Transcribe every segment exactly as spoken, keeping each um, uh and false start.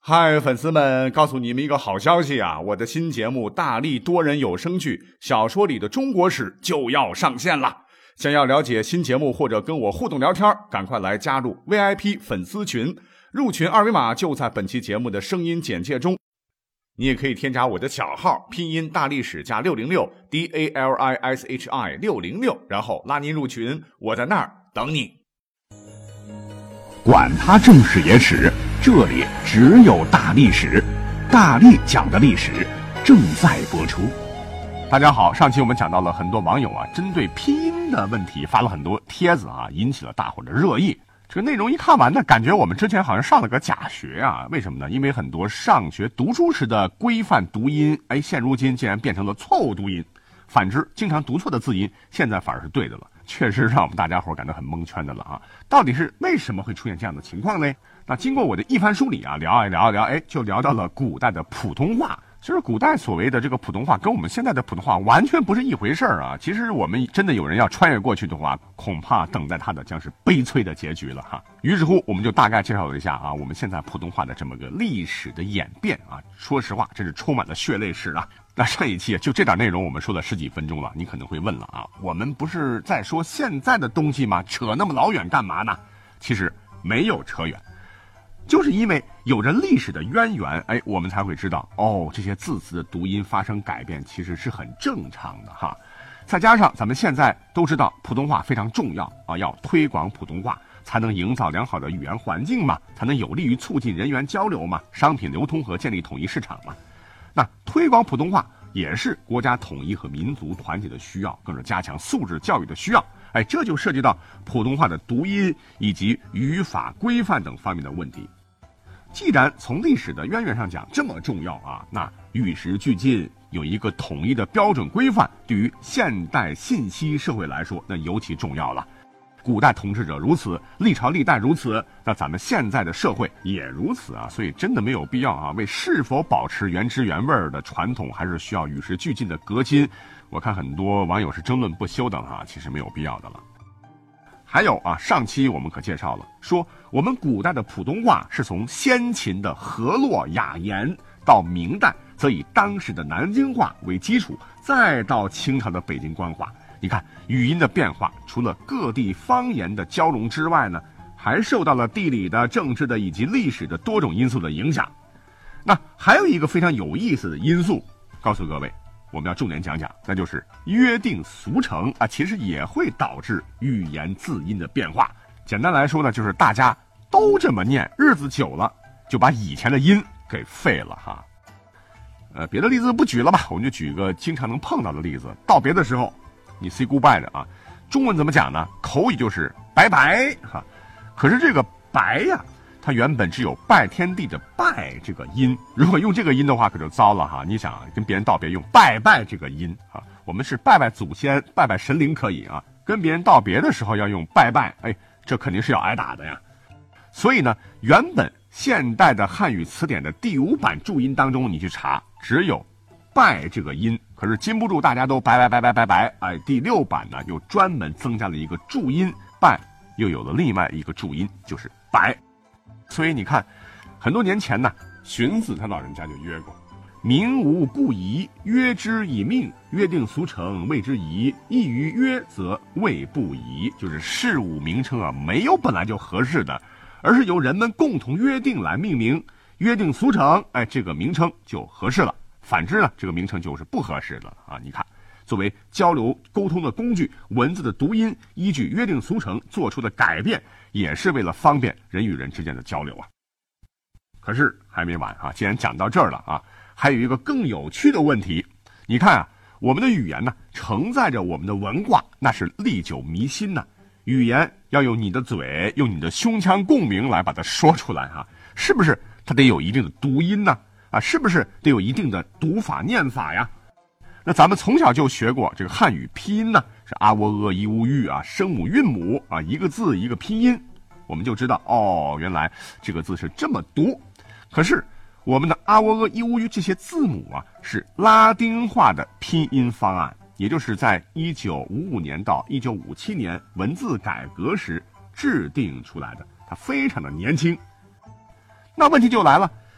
嗨，粉丝们，告诉你们一个好消息啊！我的新节目《大力多人有声剧小说里的中国史》就要上线了。想要了解新节目或者跟我互动聊天，赶快来加入 V I P 粉丝群，入群二维码就在本期节目的声音简介中。你也可以添加我的小号，拼音大历史加六零六 D A L I S H I 六零六，然后拉您入群，我在那儿等你。 管他正史野史，这里只有大历史，大力讲的历史正在播出。大家好，上期我们讲到了很多网友啊，针对拼音的问题发了很多帖子啊，引起了大伙的热议。这个内容一看完呢，感觉我们之前好像上了个假学啊。为什么呢？因为很多上学读书时的规范读音，哎，现如今竟然变成了错误读音。反之，经常读错的字音，现在反而是对的了。确实让我们大家伙感到很蒙圈的了啊！到底是为什么会出现这样的情况呢？那经过我的一番梳理啊，聊一聊一聊，哎，就聊到了古代的普通话。其实古代所谓的这个普通话跟我们现在的普通话完全不是一回事儿啊！其实我们真的有人要穿越过去的话，恐怕等待他的将是悲催的结局了哈。于是乎，我们就大概介绍了一下啊，我们现在普通话的这么个历史的演变啊。说实话，真是充满了血泪史啊！那上一期就这点内容我们说了十几分钟了，你可能会问了啊，我们不是在说现在的东西吗？扯那么老远干嘛呢？其实没有扯远，就是因为有着历史的渊源，哎，我们才会知道哦，这些字词的读音发生改变其实是很正常的哈。再加上咱们现在都知道普通话非常重要啊，要推广普通话才能营造良好的语言环境嘛，才能有利于促进人员交流嘛，商品流通和建立统一市场嘛。那推广普通话也是国家统一和民族团结的需要，更是加强素质教育的需要。哎，这就涉及到普通话的读音以及语法规范等方面的问题。既然从历史的渊源上讲这么重要啊，那与时俱进，有一个统一的标准规范，对于现代信息社会来说，那尤其重要了。古代统治者如此，历朝历代如此，那咱们现在的社会也如此啊，所以真的没有必要啊，为是否保持原汁原味的传统，还是需要与时俱进的革新。我看很多网友是争论不休的啊，其实没有必要的了。还有啊，上期我们可介绍了，说我们古代的普通话是从先秦的河洛雅言，到明代则以当时的南京话为基础，再到清朝的北京官话。你看语音的变化，除了各地方言的交融之外呢，还受到了地理的、政治的以及历史的多种因素的影响。那还有一个非常有意思的因素，告诉各位我们要重点讲讲，那就是约定俗成啊，其实也会导致语言字音的变化。简单来说呢，就是大家都这么念，日子久了就把以前的音给废了哈。呃，别的例子不举了吧，我们就举个经常能碰到的例子。道别的时候你 say goodbye 的啊，中文怎么讲呢？口语就是拜拜哈。可是这个白呀，它原本只有拜天地的拜这个音，如果用这个音的话可就糟了哈。你想跟别人道别用拜拜这个音啊，我们是拜拜祖先拜拜神灵可以啊，跟别人道别的时候要用拜拜，哎，这肯定是要挨打的呀。所以呢，原本现代的汉语词典的第五版注音当中你去查，只有拜这个音，可是禁不住大家都拜拜拜拜拜拜，哎，第六版呢又专门增加了一个注音拜，又有了另外一个注音就是白。所以你看很多年前呢，荀子他老人家就约过，民无故宜，约之以命，约定俗成谓之宜，异于约则谓不宜。就是事物名称啊，没有本来就合适的，而是由人们共同约定来命名，约定俗成，哎，这个名称就合适了。反之呢，这个名称就是不合适的啊！你看，作为交流沟通的工具，文字的读音依据约定俗成做出的改变，也是为了方便人与人之间的交流啊。可是还没完啊！既然讲到这儿了啊，还有一个更有趣的问题。你看啊，我们的语言呢，承载着我们的文化，那是历久弥新呐。语言要用你的嘴，用你的胸腔共鸣来把它说出来哈、啊，是不是？它得有一定的读音呢？啊，是不是得有一定的读法念法呀？那咱们从小就学过这个汉语拼音呢，是啊喔呃一乌吁啊，声母韵母啊，一个字一个拼音，我们就知道哦，原来这个字是这么读。可是我们的啊喔呃一乌吁这些字母啊，是拉丁化的拼音方案，也就是在一九五五年到一九五七年文字改革时制定出来的，它非常的年轻。那问题就来了，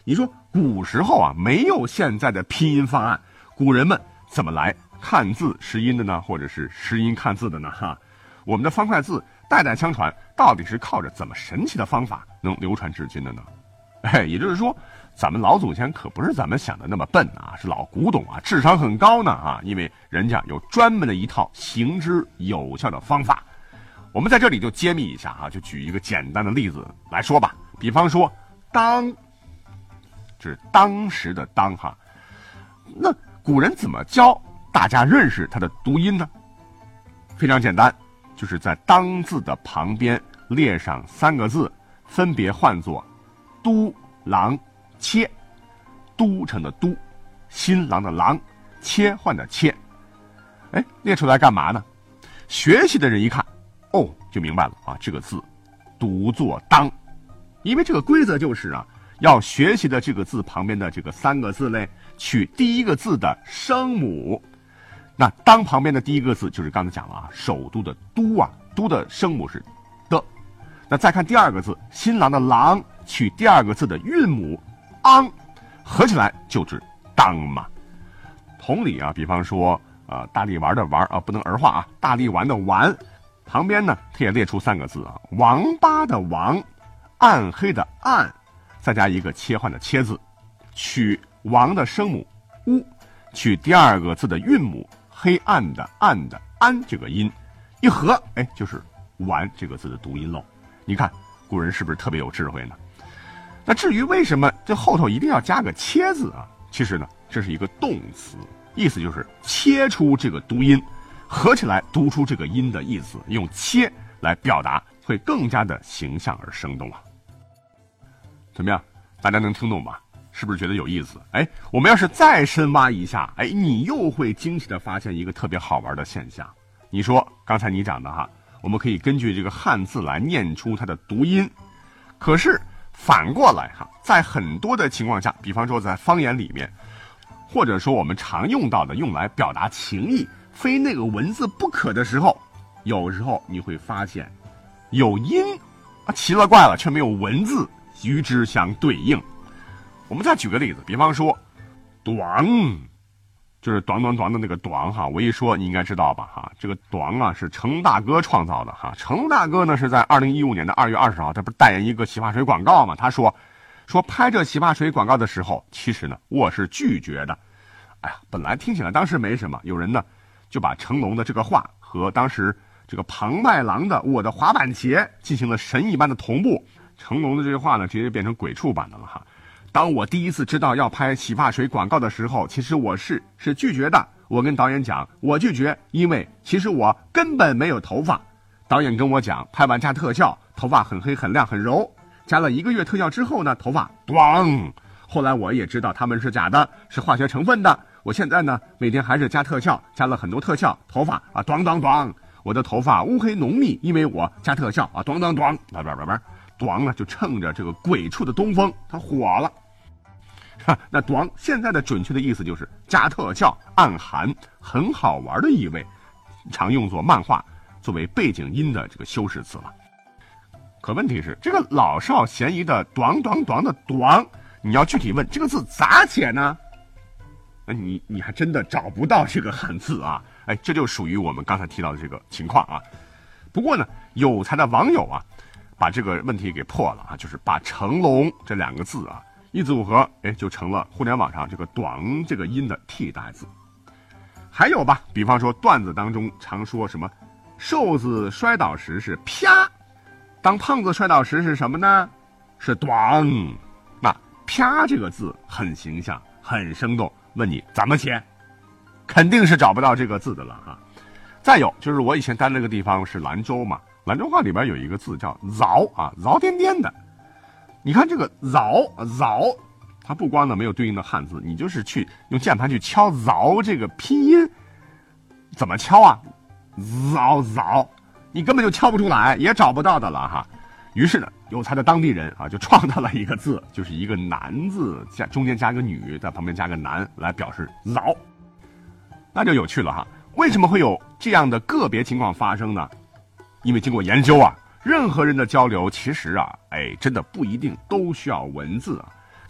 你说古时候啊，没有现在的拼音方案，古人们怎么来看字识音的呢？或者是识音看字的呢？哈，我们的方块字代代相传，到底是靠着怎么神奇的方法能流传至今的呢？哎，也就是说，咱们老祖先可不是咱们想的那么笨啊，是老古董啊，智商很高呢啊，因为人家有专门的一套行之有效的方法。我们在这里就揭秘一下啊，就举一个简单的例子来说吧。比方说当，这是当时的当哈，那古人怎么教大家认识它的读音呢？非常简单，就是在当字的旁边列上三个字，分别换作都郎切，都城的都，新郎的郎，切换的切。哎，列出来干嘛呢？学习的人一看，哦，就明白了啊，这个字读作当，因为这个规则就是啊，要学习的这个字旁边的这个三个字类，取第一个字的声母。那当旁边的第一个字就是刚才讲了啊，首都的都啊，都的声母是的。那再看第二个字，新郎的郎，取第二个字的韵母昂，合起来就是当嘛。同理啊，比方说呃，大力丸的丸啊，不能儿化啊，大力丸的丸，旁边呢，它也列出三个字啊，王八的王，暗黑的暗，再加一个切换的切字，取王的声母乌，取第二个字的韵母黑暗的暗的安这个音，一合，哎，就是丸这个字的读音喽。你看古人是不是特别有智慧呢？那至于为什么这后头一定要加个切字啊？其实呢，这是一个动词，意思就是切出这个读音，合起来读出这个音的意思，用切来表达会更加的形象而生动啊。怎么样，大家能听懂吧？是不是觉得有意思？哎，我们要是再深挖一下，哎，你又会惊喜的发现一个特别好玩的现象。你说刚才你讲的哈，我们可以根据这个汉字来念出它的读音，可是反过来哈，在很多的情况下，比方说在方言里面，或者说我们常用到的用来表达情意非那个文字不可的时候，有时候你会发现有音啊，奇了怪了，却没有文字与之相对应。我们再举个例子，比方说短，就是短短短的那个短哈，我一说你应该知道吧哈，这个短啊是成龙大哥创造的哈。成龙大哥呢是在二零一五年的二月二十号，他不是代言一个洗发水广告嘛？他说说拍这洗发水广告的时候，其实呢我是拒绝的。哎呀，本来听起来当时没什么，有人呢就把成龙的这个话和当时这个庞麦郎的我的滑板鞋进行了神一般的同步。成龙的这句话呢直接变成鬼畜版的了哈。当我第一次知道要拍洗发水广告的时候，其实我是是拒绝的。我跟导演讲，我拒绝，因为其实我根本没有头发。导演跟我讲，拍完加特效，头发很黑很亮很柔。加了一个月特效之后呢，头发咣。后来我也知道他们是假的，是化学成分的。我现在呢，每天还是加特效，加了很多特效，头发啊，咣咣咣，我的头发乌黑浓密，因为我加特效啊，咣咣咣，来来来来，咣呢就趁着这个鬼畜的东风，它火了。那短现在的准确的意思就是加特效、暗含很好玩的意味，常用作漫画作为背景音的这个修饰词了。可问题是，这个老少咸宜的短短短的短，你要具体问这个字咋写呢？那你你还真的找不到这个汉字啊！哎，这就属于我们刚才提到的这个情况啊。不过呢，有才的网友啊，把这个问题给破了啊，就是把成龙这两个字啊。一组合，哎，就成了互联网上这个短这个音的替代字。还有吧，比方说段子当中常说什么，瘦子摔倒时是啪，当胖子摔倒时是什么呢？是短。那啪这个字很形象，很生动。问你怎么写，肯定是找不到这个字的了哈。再有就是我以前待那个地方是兰州嘛，兰州话里边有一个字叫饶啊，饶颠颠的。你看这个饶饶，它不光呢没有对应的汉字，你就是去用键盘去敲饶这个拼音，怎么敲啊？饶饶，你根本就敲不出来，也找不到的了哈。于是呢，有才的当地人啊，就创造了一个字，就是一个男字加中间加个女，在旁边加个男来表示饶，那就有趣了哈。为什么会有这样的个别情况发生呢？因为经过研究啊。任何人的交流其实啊，哎，真的不一定都需要文字啊。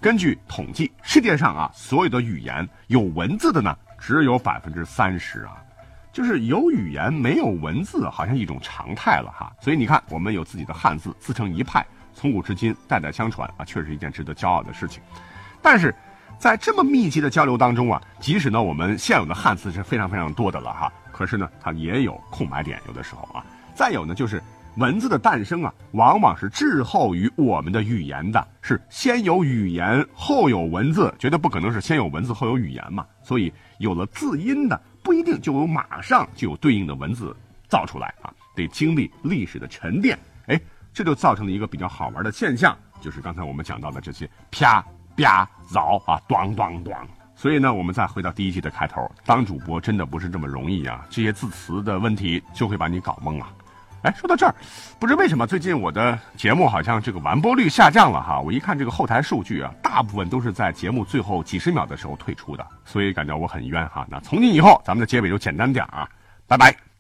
根据统计，世界上啊所有的语言有文字的呢只有百分之三十啊，就是有语言没有文字，好像一种常态了哈。所以你看，我们有自己的汉字，自成一派，从古至今代代相传啊，确实是一件值得骄傲的事情。但是在这么密集的交流当中啊，即使呢我们现有的汉字是非常非常多的了哈，可是呢它也有空白点，有的时候啊。再有呢就是文字的诞生啊，往往是滞后于我们的语言的，是先有语言后有文字，绝对不可能是先有文字后有语言嘛。所以有了字音的，不一定就有马上就有对应的文字造出来啊，得经历历史的沉淀。哎，这就造成了一个比较好玩的现象，就是刚才我们讲到的这些啪啪凿啊，咣咣咣。所以呢，我们再回到第一季的开头，当主播真的不是这么容易啊，这些字词的问题就会把你搞懵啊。哎，说到这儿，不知为什么最近我的节目好像这个完播率下降了哈。我一看这个后台数据啊，大部分都是在节目最后几十秒的时候退出的，所以感觉我很冤哈。那从今以后，咱们的结尾就简单点啊，拜拜。